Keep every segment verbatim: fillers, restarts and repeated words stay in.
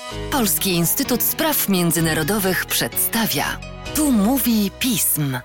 Polski Instytut Spraw Międzynarodowych przedstawia. Tu mówi pism.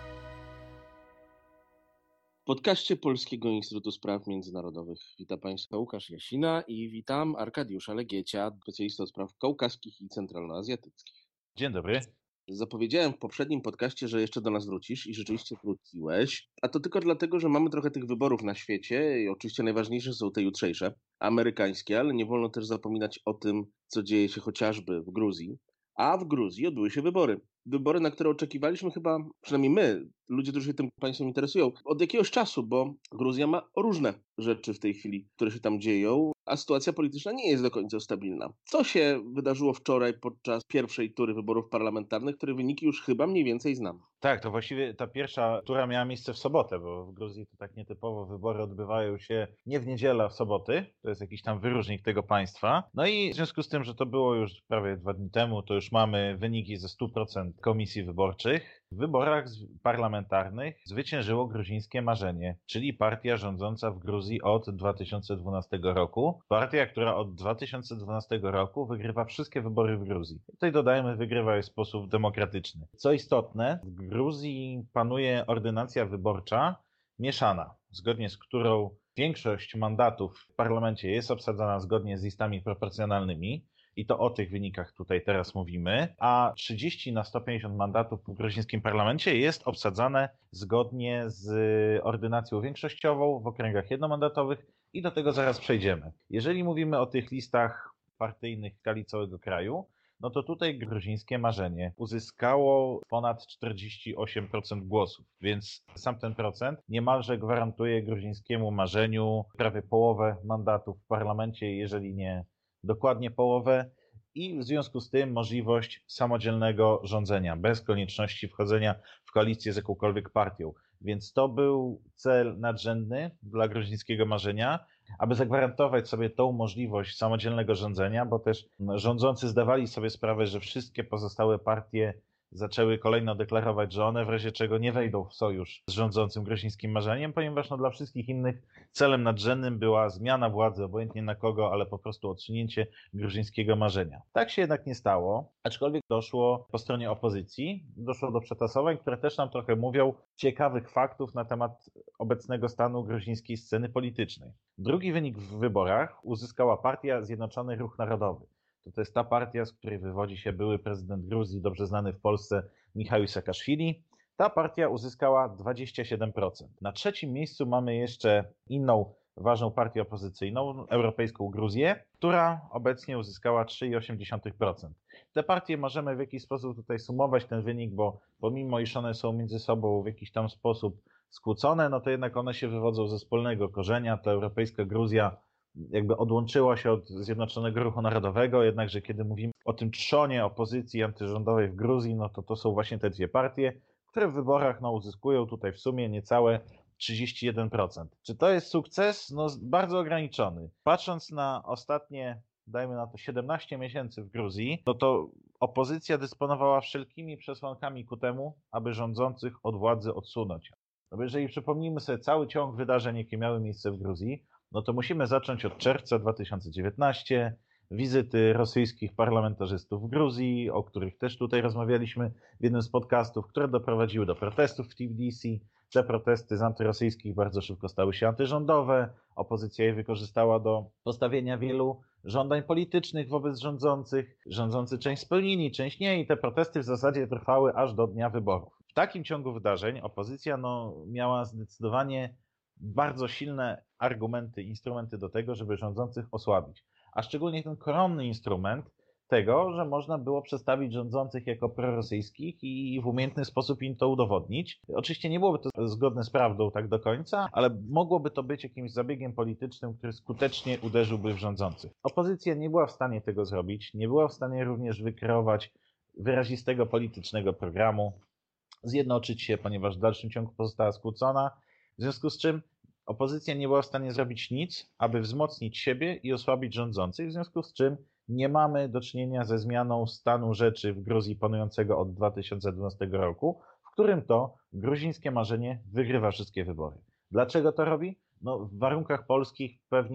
W podcaście Polskiego Instytutu Spraw Międzynarodowych witam Państwa Łukasz Jasina i witam Arkadiusza Legiecia, specjalista od spraw kaukaskich i centralnoazjatyckich. Dzień dobry. Zapowiedziałem w poprzednim podcaście, że jeszcze do nas wrócisz i rzeczywiście wróciłeś, a to tylko dlatego, że mamy trochę tych wyborów na świecie i oczywiście najważniejsze są te jutrzejsze, amerykańskie, ale nie wolno też zapominać o tym, co dzieje się chociażby w Gruzji. A w Gruzji odbyły się wybory. Wybory, na które oczekiwaliśmy chyba, przynajmniej my, ludzie, którzy się tym państwem interesują, od jakiegoś czasu, bo Gruzja ma różne rzeczy w tej chwili, które się tam dzieją, a sytuacja polityczna nie jest do końca stabilna. Co się wydarzyło wczoraj podczas pierwszej tury wyborów parlamentarnych, które wyniki już chyba mniej więcej znamy? Tak, to właściwie ta pierwsza tura miała miejsce w sobotę, bo w Gruzji to tak nietypowo wybory odbywają się nie w niedzielę, a w soboty. To jest jakiś tam wyróżnik tego państwa. No i w związku z tym, że to było już prawie dwa dni temu, to już mamy wyniki ze stu procent komisji wyborczych. W wyborach parlamentarnych zwyciężyło gruzińskie marzenie, czyli partia rządząca w Gruzji od dwa tysiące dwunastego roku. Partia, która od dwa tysiące dwunastego roku wygrywa wszystkie wybory w Gruzji. Tutaj dodajmy, wygrywa je w sposób demokratyczny. Co istotne, w Gruzji panuje ordynacja wyborcza mieszana, zgodnie z którą większość mandatów w parlamencie jest obsadzana zgodnie z listami proporcjonalnymi. I to o tych wynikach tutaj teraz mówimy, a trzydzieści na sto pięćdziesiąt mandatów w gruzińskim parlamencie jest obsadzane zgodnie z ordynacją większościową w okręgach jednomandatowych i do tego zaraz przejdziemy. Jeżeli mówimy o tych listach partyjnych w skali całego kraju, no to tutaj gruzińskie marzenie uzyskało ponad czterdzieści osiem procent głosów, więc sam ten procent niemalże gwarantuje gruzińskiemu marzeniu prawie połowę mandatów w parlamencie, jeżeli nie dokładnie połowę, i w związku z tym możliwość samodzielnego rządzenia, bez konieczności wchodzenia w koalicję z jakąkolwiek partią. Więc to był cel nadrzędny dla gruzińskiego marzenia, aby zagwarantować sobie tą możliwość samodzielnego rządzenia, bo też rządzący zdawali sobie sprawę, że wszystkie pozostałe partie zaczęły kolejno deklarować, że one w razie czego nie wejdą w sojusz z rządzącym gruzińskim marzeniem, ponieważ no, dla wszystkich innych celem nadrzędnym była zmiana władzy, obojętnie na kogo, ale po prostu odsunięcie gruzińskiego marzenia. Tak się jednak nie stało, aczkolwiek doszło po stronie opozycji, doszło do przetasowań, które też nam trochę mówią ciekawych faktów na temat obecnego stanu gruzińskiej sceny politycznej. Drugi wynik w wyborach uzyskała partia Zjednoczony Ruch Narodowy. To, to jest ta partia, z której wywodzi się były prezydent Gruzji, dobrze znany w Polsce Michał Saakaszwili. Ta partia uzyskała dwadzieścia siedem procent. Na trzecim miejscu mamy jeszcze inną ważną partię opozycyjną, Europejską Gruzję, która obecnie uzyskała trzy przecinek osiem procent. Te partie możemy w jakiś sposób tutaj sumować ten wynik, bo pomimo iż one są między sobą w jakiś tam sposób skłócone, no to jednak one się wywodzą ze wspólnego korzenia. To Europejska Gruzja jakby odłączyła się od Zjednoczonego Ruchu Narodowego, jednakże kiedy mówimy o tym trzonie opozycji antyrządowej w Gruzji, no to to są właśnie te dwie partie, które w wyborach no, uzyskują tutaj w sumie niecałe trzydzieści jeden procent. Czy to jest sukces? No bardzo ograniczony. Patrząc na ostatnie, dajmy na to siedemnaście miesięcy w Gruzji, no to opozycja dysponowała wszelkimi przesłankami ku temu, aby rządzących od władzy odsunąć. No bo jeżeli przypomnimy sobie cały ciąg wydarzeń, jakie miały miejsce w Gruzji, no to musimy zacząć od czerwca dwa tysiące dziewiętnastego, wizyty rosyjskich parlamentarzystów w Gruzji, o których też tutaj rozmawialiśmy w jednym z podcastów, które doprowadziły do protestów w Tbilisi. Te protesty z antyrosyjskich bardzo szybko stały się antyrządowe. Opozycja je wykorzystała do postawienia wielu żądań politycznych wobec rządzących. Rządzący część spełnili, część nie i te protesty w zasadzie trwały aż do dnia wyborów. W takim ciągu wydarzeń opozycja no, miała zdecydowanie bardzo silne argumenty, instrumenty do tego, żeby rządzących osłabić. A szczególnie ten koronny instrument tego, że można było przedstawić rządzących jako prorosyjskich i w umiejętny sposób im to udowodnić. Oczywiście nie byłoby to zgodne z prawdą tak do końca, ale mogłoby to być jakimś zabiegiem politycznym, który skutecznie uderzyłby w rządzących. Opozycja nie była w stanie tego zrobić, nie była w stanie również wykreować wyrazistego politycznego programu, zjednoczyć się, ponieważ w dalszym ciągu pozostała skłócona, w związku z czym opozycja nie była w stanie zrobić nic, aby wzmocnić siebie i osłabić rządzących, w związku z czym nie mamy do czynienia ze zmianą stanu rzeczy w Gruzji panującego od dwa tysiące dwunastego roku, w którym to gruzińskie marzenie wygrywa wszystkie wybory. Dlaczego to robi? No, w warunkach polskich pewnie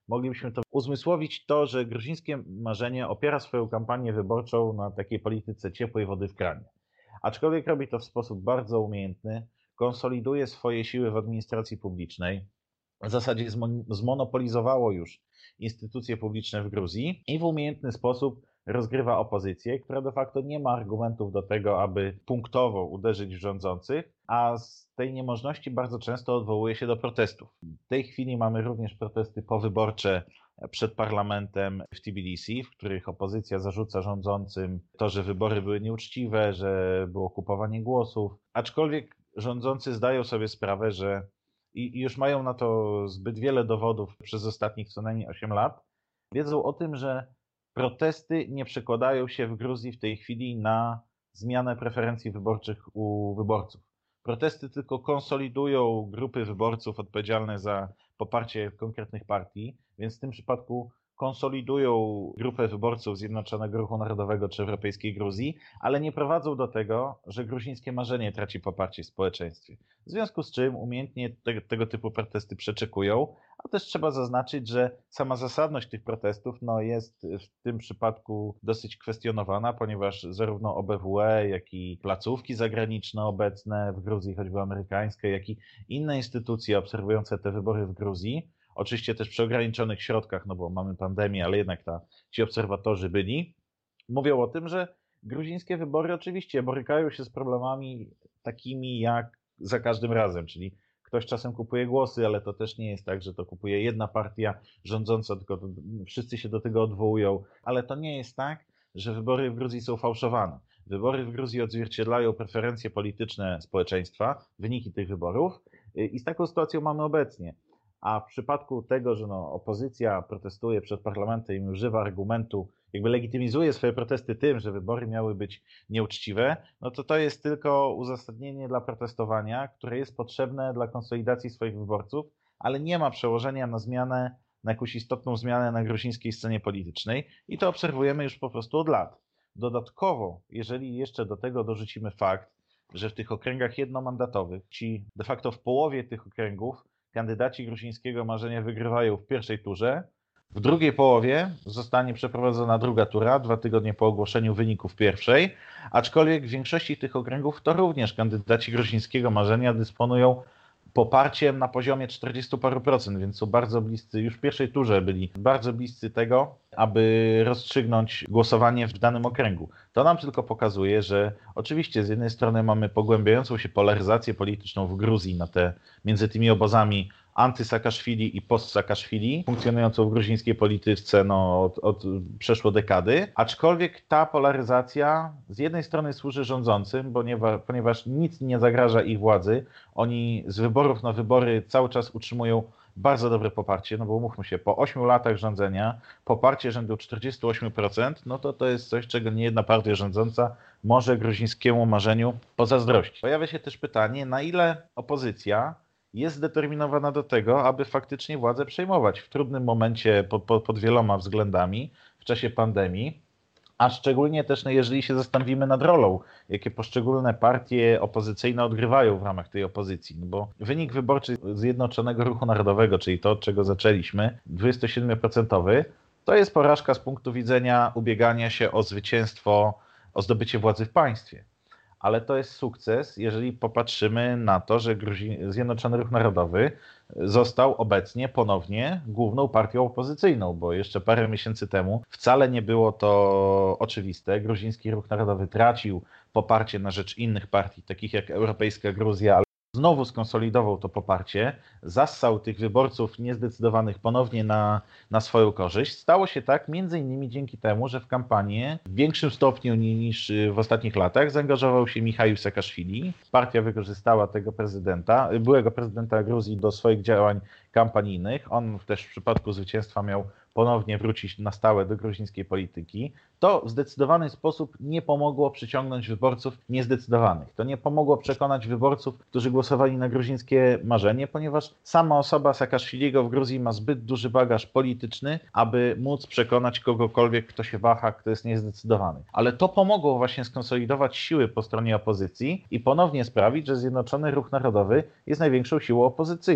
moglibyśmy to uzmysłowić to, że gruzińskie marzenie opiera swoją kampanię wyborczą na takiej polityce ciepłej wody w kranie. Aczkolwiek robi to w sposób bardzo umiejętny, konsoliduje swoje siły w administracji publicznej, w zasadzie zmonopolizowało już instytucje publiczne w Gruzji i w umiejętny sposób rozgrywa opozycję, która de facto nie ma argumentów do tego, aby punktowo uderzyć w rządzących, a z tej niemożności bardzo często odwołuje się do protestów. W tej chwili mamy również protesty powyborcze przed parlamentem w Tbilisi, w których opozycja zarzuca rządzącym to, że wybory były nieuczciwe, że było kupowanie głosów, aczkolwiek rządzący zdają sobie sprawę, że i już mają na to zbyt wiele dowodów przez ostatnich co najmniej osiem lat, wiedzą o tym, że protesty nie przekładają się w Gruzji w tej chwili na zmianę preferencji wyborczych u wyborców. Protesty tylko konsolidują grupy wyborców odpowiedzialne za poparcie konkretnych partii, więc w tym przypadku konsolidują grupę wyborców Zjednoczonego Ruchu Narodowego czy Europejskiej Gruzji, ale nie prowadzą do tego, że gruzińskie marzenie traci poparcie w społeczeństwie. W związku z czym umiejętnie te, tego typu protesty przeczekują, a też trzeba zaznaczyć, że sama zasadność tych protestów no, jest w tym przypadku dosyć kwestionowana, ponieważ zarówno O B W E, jak i placówki zagraniczne obecne w Gruzji, choćby amerykańskie, jak i inne instytucje obserwujące te wybory w Gruzji, oczywiście też przy ograniczonych środkach, no bo mamy pandemię, ale jednak ta, ci obserwatorzy byli, mówią o tym, że gruzińskie wybory oczywiście borykają się z problemami takimi jak za każdym razem, czyli ktoś czasem kupuje głosy, ale to też nie jest tak, że to kupuje jedna partia rządząca, tylko to, wszyscy się do tego odwołują, ale to nie jest tak, że wybory w Gruzji są fałszowane. Wybory w Gruzji odzwierciedlają preferencje polityczne społeczeństwa, wyniki tych wyborów i z taką sytuacją mamy obecnie. A w przypadku tego, że no, opozycja protestuje przed parlamentem i używa argumentu, jakby legitymizuje swoje protesty tym, że wybory miały być nieuczciwe, no to to jest tylko uzasadnienie dla protestowania, które jest potrzebne dla konsolidacji swoich wyborców, ale nie ma przełożenia na zmianę, na jakąś istotną zmianę na gruzińskiej scenie politycznej i to obserwujemy już po prostu od lat. Dodatkowo, jeżeli jeszcze do tego dorzucimy fakt, że w tych okręgach jednomandatowych, ci de facto w połowie tych okręgów kandydaci gruzińskiego marzenia wygrywają w pierwszej turze. W drugiej połowie zostanie przeprowadzona druga tura, dwa tygodnie po ogłoszeniu wyników pierwszej, aczkolwiek w większości tych okręgów to również kandydaci gruzińskiego marzenia dysponują poparciem na poziomie czterdziestu paru procent, więc są bardzo bliscy, już w pierwszej turze byli bardzo bliscy tego, aby rozstrzygnąć głosowanie w danym okręgu. To nam tylko pokazuje, że oczywiście z jednej strony mamy pogłębiającą się polaryzację polityczną w Gruzji na te, między tymi obozami anty-Saakaszwili i post-Saakaszwili, funkcjonującą w gruzińskiej polityce no, od, od przeszło dekady, aczkolwiek ta polaryzacja z jednej strony służy rządzącym, bo nie, ponieważ nic nie zagraża ich władzy, oni z wyborów na wybory cały czas utrzymują bardzo dobre poparcie, no bo umówmy się, po ośmiu latach rządzenia poparcie rzędu czterdziestu ośmiu procent, no to to jest coś, czego niejedna partia rządząca może gruzińskiemu marzeniu pozazdrościć. Pojawia się też pytanie, na ile opozycja jest zdeterminowana do tego, aby faktycznie władzę przejmować w trudnym momencie pod, pod, pod wieloma względami w czasie pandemii, a szczególnie też no, jeżeli się zastanowimy nad rolą, jakie poszczególne partie opozycyjne odgrywają w ramach tej opozycji. No bo wynik wyborczy Zjednoczonego Ruchu Narodowego, czyli to, od czego zaczęliśmy, dwudziestosiedmioprocentowy, to jest porażka z punktu widzenia ubiegania się o zwycięstwo, o zdobycie władzy w państwie. Ale to jest sukces, jeżeli popatrzymy na to, że Gruzi- Zjednoczony Ruch Narodowy został obecnie ponownie główną partią opozycyjną, bo jeszcze parę miesięcy temu wcale nie było to oczywiste. Gruziński Ruch Narodowy tracił poparcie na rzecz innych partii, takich jak Europejska Gruzja, ale znowu skonsolidował to poparcie, zassał tych wyborców niezdecydowanych ponownie na, na swoją korzyść. Stało się tak między innymi dzięki temu, że w kampanię w większym stopniu niż w ostatnich latach zaangażował się Michaił Saakaszwili. Partia wykorzystała tego prezydenta, byłego prezydenta Gruzji do swoich działań kampanijnych. On też w przypadku zwycięstwa miał ponownie wrócić na stałe do gruzińskiej polityki. To w zdecydowany sposób nie pomogło przyciągnąć wyborców niezdecydowanych. To nie pomogło przekonać wyborców, którzy głosowali na gruzińskie marzenie, ponieważ sama osoba Saakaszwiliego w Gruzji ma zbyt duży bagaż polityczny, aby móc przekonać kogokolwiek, kto się waha, kto jest niezdecydowany. Ale to pomogło właśnie skonsolidować siły po stronie opozycji i ponownie sprawić, że Zjednoczony Ruch Narodowy jest największą siłą opozycyjną.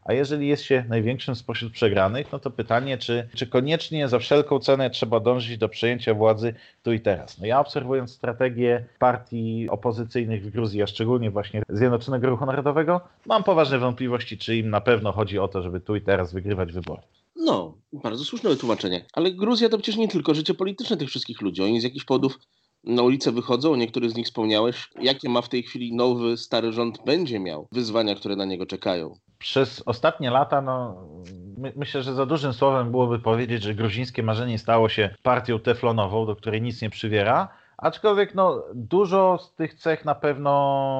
A jeżeli jest się największym spośród przegranych, no to pytanie, czy, czy koniecznie za wszelką cenę trzeba dążyć do przejęcia władzy tu i teraz. No ja obserwując strategię partii opozycyjnych w Gruzji, a szczególnie właśnie Zjednoczonego Ruchu Narodowego, mam poważne wątpliwości, czy im na pewno chodzi o to, żeby tu i teraz wygrywać wybory. No, bardzo słuszne wytłumaczenie. Ale Gruzja to przecież nie tylko życie polityczne tych wszystkich ludzi. Oni z jakichś powodów na ulicę wychodzą, o niektórych z nich wspomniałeś. Jakie ma w tej chwili nowy, stary rząd będzie miał? Wyzwania, które na niego czekają. Przez ostatnie lata, no, my, myślę, że za dużym słowem byłoby powiedzieć, że gruzińskie marzenie stało się partią teflonową, do której nic nie przywiera, aczkolwiek no, dużo z tych cech na pewno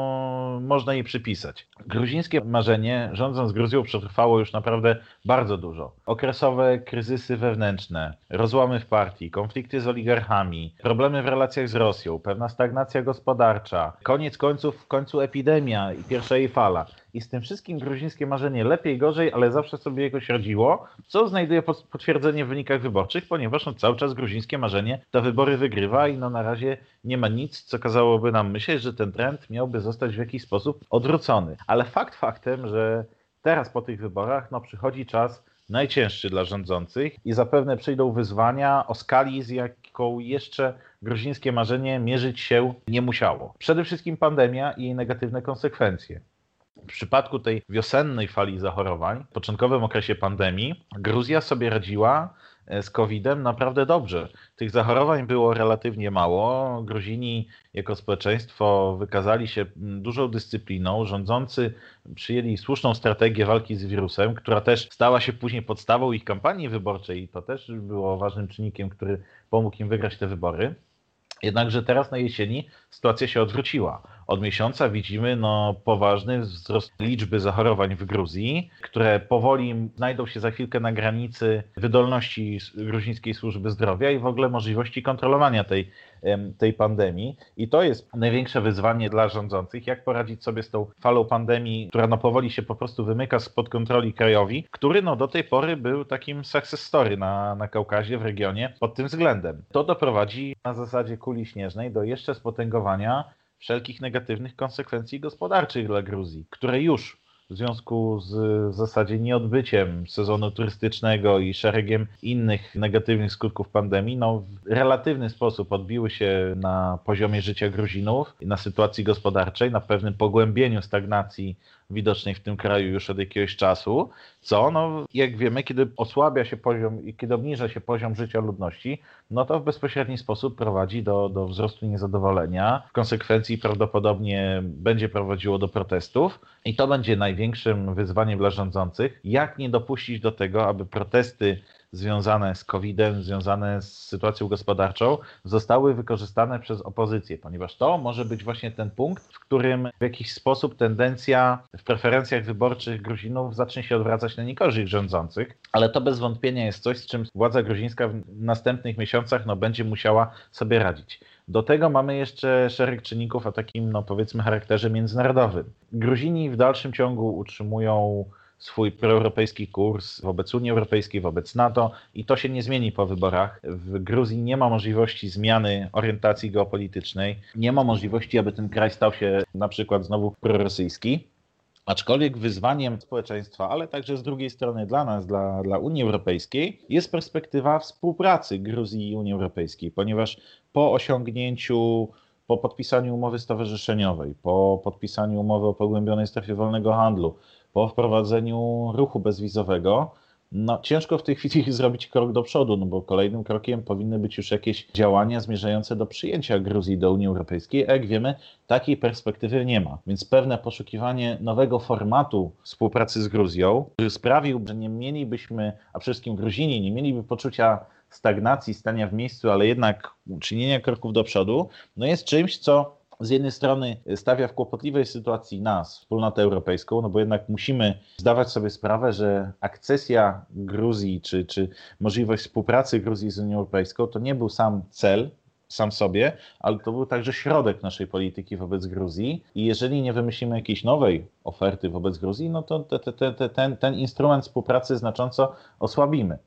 można jej przypisać. Gruzińskie marzenie, rządząc Gruzją, przetrwało już naprawdę bardzo dużo. Okresowe kryzysy wewnętrzne, rozłamy w partii, konflikty z oligarchami, problemy w relacjach z Rosją, pewna stagnacja gospodarcza, koniec końców, w końcu epidemia i pierwsza jej fala. I z tym wszystkim gruzińskie marzenie lepiej, gorzej, ale zawsze sobie jakoś radziło, co znajduje potwierdzenie w wynikach wyborczych, ponieważ no, cały czas gruzińskie marzenie te wybory wygrywa i no, na razie nie ma nic, co kazałoby nam myśleć, że ten trend miałby zostać w jakiś sposób odwrócony. Ale fakt faktem, że teraz po tych wyborach no, przychodzi czas najcięższy dla rządzących i zapewne przyjdą wyzwania o skali, z jaką jeszcze gruzińskie marzenie mierzyć się nie musiało. Przede wszystkim pandemia i jej negatywne konsekwencje. W przypadku tej wiosennej fali zachorowań, w początkowym okresie pandemii, Gruzja sobie radziła z kowidem naprawdę dobrze. Tych zachorowań było relatywnie mało. Gruzini jako społeczeństwo wykazali się dużą dyscypliną. Rządzący przyjęli słuszną strategię walki z wirusem, która też stała się później podstawą ich kampanii wyborczej i to też było ważnym czynnikiem, który pomógł im wygrać te wybory. Jednakże teraz na jesieni sytuacja się odwróciła. Od miesiąca widzimy no, poważny wzrost liczby zachorowań w Gruzji, które powoli znajdą się za chwilkę na granicy wydolności gruzińskiej służby zdrowia i w ogóle możliwości kontrolowania tej, tej pandemii. I to jest największe wyzwanie dla rządzących, jak poradzić sobie z tą falą pandemii, która no, powoli się po prostu wymyka spod kontroli krajowi, który no, do tej pory był takim success story na, na Kaukazie, w regionie pod tym względem. To doprowadzi na zasadzie kuli śnieżnej do jeszcze spotęgowania wszelkich negatywnych konsekwencji gospodarczych dla Gruzji, które już w związku z w zasadzie nieodbyciem sezonu turystycznego i szeregiem innych negatywnych skutków pandemii, no, w relatywny sposób odbiły się na poziomie życia Gruzinów i na sytuacji gospodarczej, na pewnym pogłębieniu stagnacji widocznej w tym kraju już od jakiegoś czasu, co, no, jak wiemy, kiedy osłabia się poziom i kiedy obniża się poziom życia ludności, no to w bezpośredni sposób prowadzi do, do wzrostu niezadowolenia. W konsekwencji prawdopodobnie będzie prowadziło do protestów i to będzie największym wyzwaniem dla rządzących, jak nie dopuścić do tego, aby protesty związane z kowidem, związane z sytuacją gospodarczą, zostały wykorzystane przez opozycję, ponieważ to może być właśnie ten punkt, w którym w jakiś sposób tendencja w preferencjach wyborczych Gruzinów zacznie się odwracać na niekorzyść rządzących, ale to bez wątpienia jest coś, z czym władza gruzińska w następnych miesiącach no, będzie musiała sobie radzić. Do tego mamy jeszcze szereg czynników o takim, no, powiedzmy, charakterze międzynarodowym. Gruzini w dalszym ciągu utrzymują swój proeuropejski kurs wobec Unii Europejskiej, wobec NATO i to się nie zmieni po wyborach. W Gruzji nie ma możliwości zmiany orientacji geopolitycznej, nie ma możliwości, aby ten kraj stał się na przykład znowu prorosyjski. Aczkolwiek wyzwaniem społeczeństwa, ale także z drugiej strony dla nas, dla, dla Unii Europejskiej, jest perspektywa współpracy Gruzji i Unii Europejskiej, ponieważ po osiągnięciu po podpisaniu umowy stowarzyszeniowej, po podpisaniu umowy o pogłębionej strefie wolnego handlu, po wprowadzeniu ruchu bezwizowego, no ciężko w tej chwili zrobić krok do przodu, no bo kolejnym krokiem powinny być już jakieś działania zmierzające do przyjęcia Gruzji do Unii Europejskiej, a jak wiemy, takiej perspektywy nie ma. Więc pewne poszukiwanie nowego formatu współpracy z Gruzją, który sprawił, że nie mielibyśmy, a przede wszystkim Gruzini nie mieliby poczucia stagnacji, stania w miejscu, ale jednak czynienia kroków do przodu, no jest czymś, co z jednej strony stawia w kłopotliwej sytuacji nas, wspólnotę europejską, no bo jednak musimy zdawać sobie sprawę, że akcesja Gruzji, czy, czy możliwość współpracy Gruzji z Unią Europejską to nie był sam cel, sam sobie, ale to był także środek naszej polityki wobec Gruzji i jeżeli nie wymyślimy jakiejś nowej oferty wobec Gruzji, no to te, te, te, ten, ten instrument współpracy znacząco osłabimy.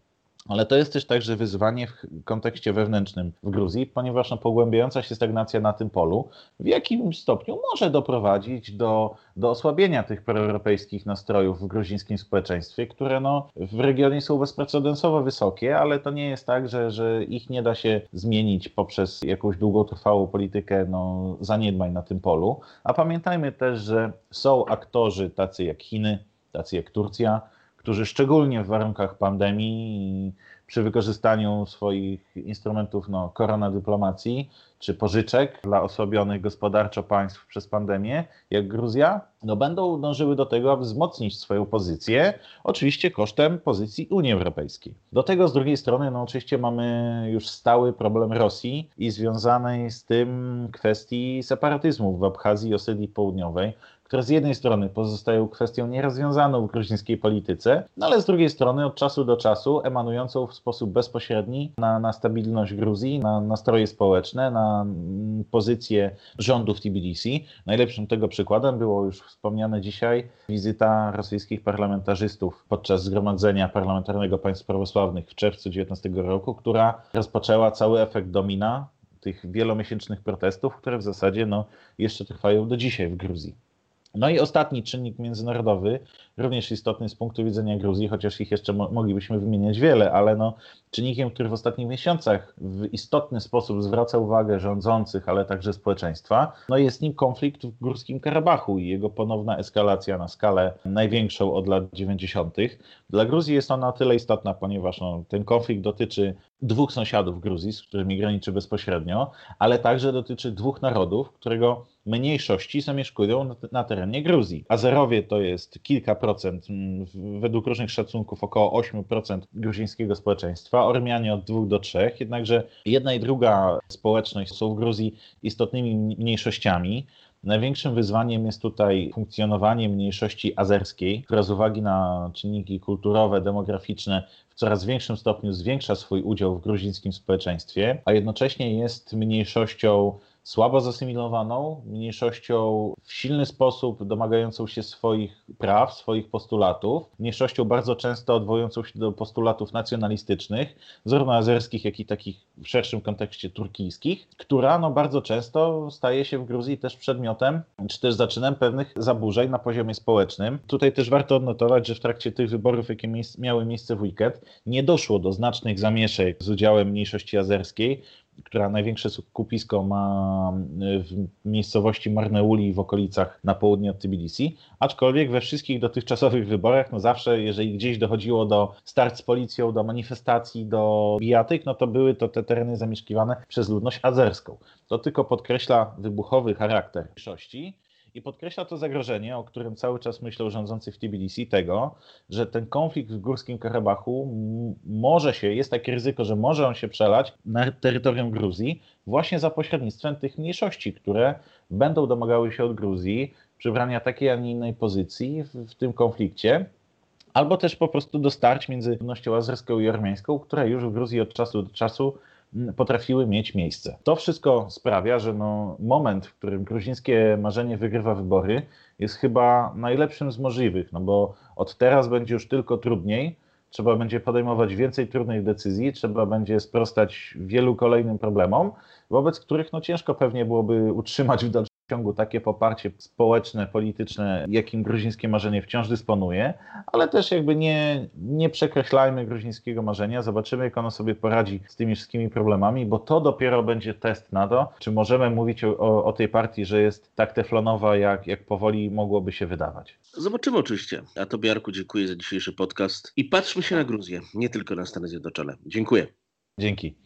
Ale to jest też także wyzwanie w kontekście wewnętrznym w Gruzji, ponieważ no, pogłębiająca się stagnacja na tym polu w jakimś stopniu może doprowadzić do, do osłabienia tych proeuropejskich nastrojów w gruzińskim społeczeństwie, które no, w regionie są bezprecedensowo wysokie, ale to nie jest tak, że, że ich nie da się zmienić poprzez jakąś długotrwałą politykę no, zaniedbań na tym polu. A pamiętajmy też, że są aktorzy tacy jak Chiny, tacy jak Turcja, którzy szczególnie w warunkach pandemii, przy wykorzystaniu swoich instrumentów no, koronadyplomacji czy pożyczek dla osłabionych gospodarczo państw przez pandemię, jak Gruzja, no, będą dążyły do tego, aby wzmocnić swoją pozycję, oczywiście kosztem pozycji Unii Europejskiej. Do tego z drugiej strony no, oczywiście mamy już stały problem Rosji i związanej z tym kwestii separatyzmu w Abchazji i Osetii Południowej, które z jednej strony pozostają kwestią nierozwiązaną w gruzińskiej polityce, no ale z drugiej strony od czasu do czasu emanującą w sposób bezpośredni na, na stabilność Gruzji, na nastroje społeczne, na pozycję rządu w Tbilisi. Najlepszym tego przykładem było już wspomniane dzisiaj wizyta rosyjskich parlamentarzystów podczas Zgromadzenia Parlamentarnego Państw Prawosławnych w czerwcu dziewiętnastego roku, która rozpoczęła cały efekt domina tych wielomiesięcznych protestów, które w zasadzie no, jeszcze trwają do dzisiaj w Gruzji. No i ostatni czynnik międzynarodowy, również istotny z punktu widzenia Gruzji, chociaż ich jeszcze mo- moglibyśmy wymieniać wiele, ale no, czynnikiem, który w ostatnich miesiącach w istotny sposób zwraca uwagę rządzących, ale także społeczeństwa, no jest nim konflikt w Górskim Karabachu i jego ponowna eskalacja na skalę największą od lat dziewięćdziesiątych. Dla Gruzji jest ona o tyle istotna, ponieważ no, ten konflikt dotyczy dwóch sąsiadów Gruzji, z którymi graniczy bezpośrednio, ale także dotyczy dwóch narodów, którego mniejszości zamieszkują na, na terenie Gruzji. Azerowie to jest kilka procent, według różnych szacunków około osiem procent gruzińskiego społeczeństwa, Ormianie od dwóch do trzech, jednakże jedna i druga społeczność są w Gruzji istotnymi mniejszościami. Największym wyzwaniem jest tutaj funkcjonowanie mniejszości azerskiej, która z uwagi na czynniki kulturowe, demograficzne w coraz większym stopniu zwiększa swój udział w gruzińskim społeczeństwie, a jednocześnie jest mniejszością słabo zasymilowaną, mniejszością w silny sposób domagającą się swoich praw, swoich postulatów, mniejszością bardzo często odwołującą się do postulatów nacjonalistycznych, zarówno azerskich, jak i takich w szerszym kontekście turkijskich, która no, bardzo często staje się w Gruzji też przedmiotem, czy też zaczynem pewnych zaburzeń na poziomie społecznym. Tutaj też warto odnotować, że w trakcie tych wyborów, jakie miejsc, miały miejsce w weekend, nie doszło do znacznych zamieszek z udziałem mniejszości azerskiej, która największe skupisko ma w miejscowości Marneuli w okolicach na południe od Tbilisi, aczkolwiek we wszystkich dotychczasowych wyborach, no zawsze jeżeli gdzieś dochodziło do starć z policją, do manifestacji, do bijatyk, no to były to te tereny zamieszkiwane przez ludność azerską. To tylko podkreśla wybuchowy charakter mniejszości i podkreśla to zagrożenie, o którym cały czas myślą rządzący w Tbilisi, tego, że ten konflikt w Górskim Karabachu może się, jest takie ryzyko, że może on się przelać na terytorium Gruzji właśnie za pośrednictwem tych mniejszości, które będą domagały się od Gruzji przybrania takiej, a nie innej pozycji w, w tym konflikcie, albo też po prostu do starć między ludnością azerską i ormiańską, które już w Gruzji od czasu do czasu potrafiły mieć miejsce. To wszystko sprawia, że no, moment, w którym gruzińskie marzenie wygrywa wybory, jest chyba najlepszym z możliwych, no bo od teraz będzie już tylko trudniej, trzeba będzie podejmować więcej trudnych decyzji, trzeba będzie sprostać wielu kolejnym problemom, wobec których no, ciężko pewnie byłoby utrzymać w dalszym ciągu takie poparcie społeczne, polityczne, jakim gruzińskie marzenie wciąż dysponuje, ale też jakby nie, nie przekreślajmy gruzińskiego marzenia, zobaczymy, jak ono sobie poradzi z tymi wszystkimi problemami, bo to dopiero będzie test na to, czy możemy mówić o, o tej partii, że jest tak teflonowa, jak, jak powoli mogłoby się wydawać. Zobaczymy oczywiście. A Tobie, Jarku, dziękuję za dzisiejszy podcast i patrzmy się na Gruzję, nie tylko na Stany Zjednoczone. Dziękuję. Dzięki.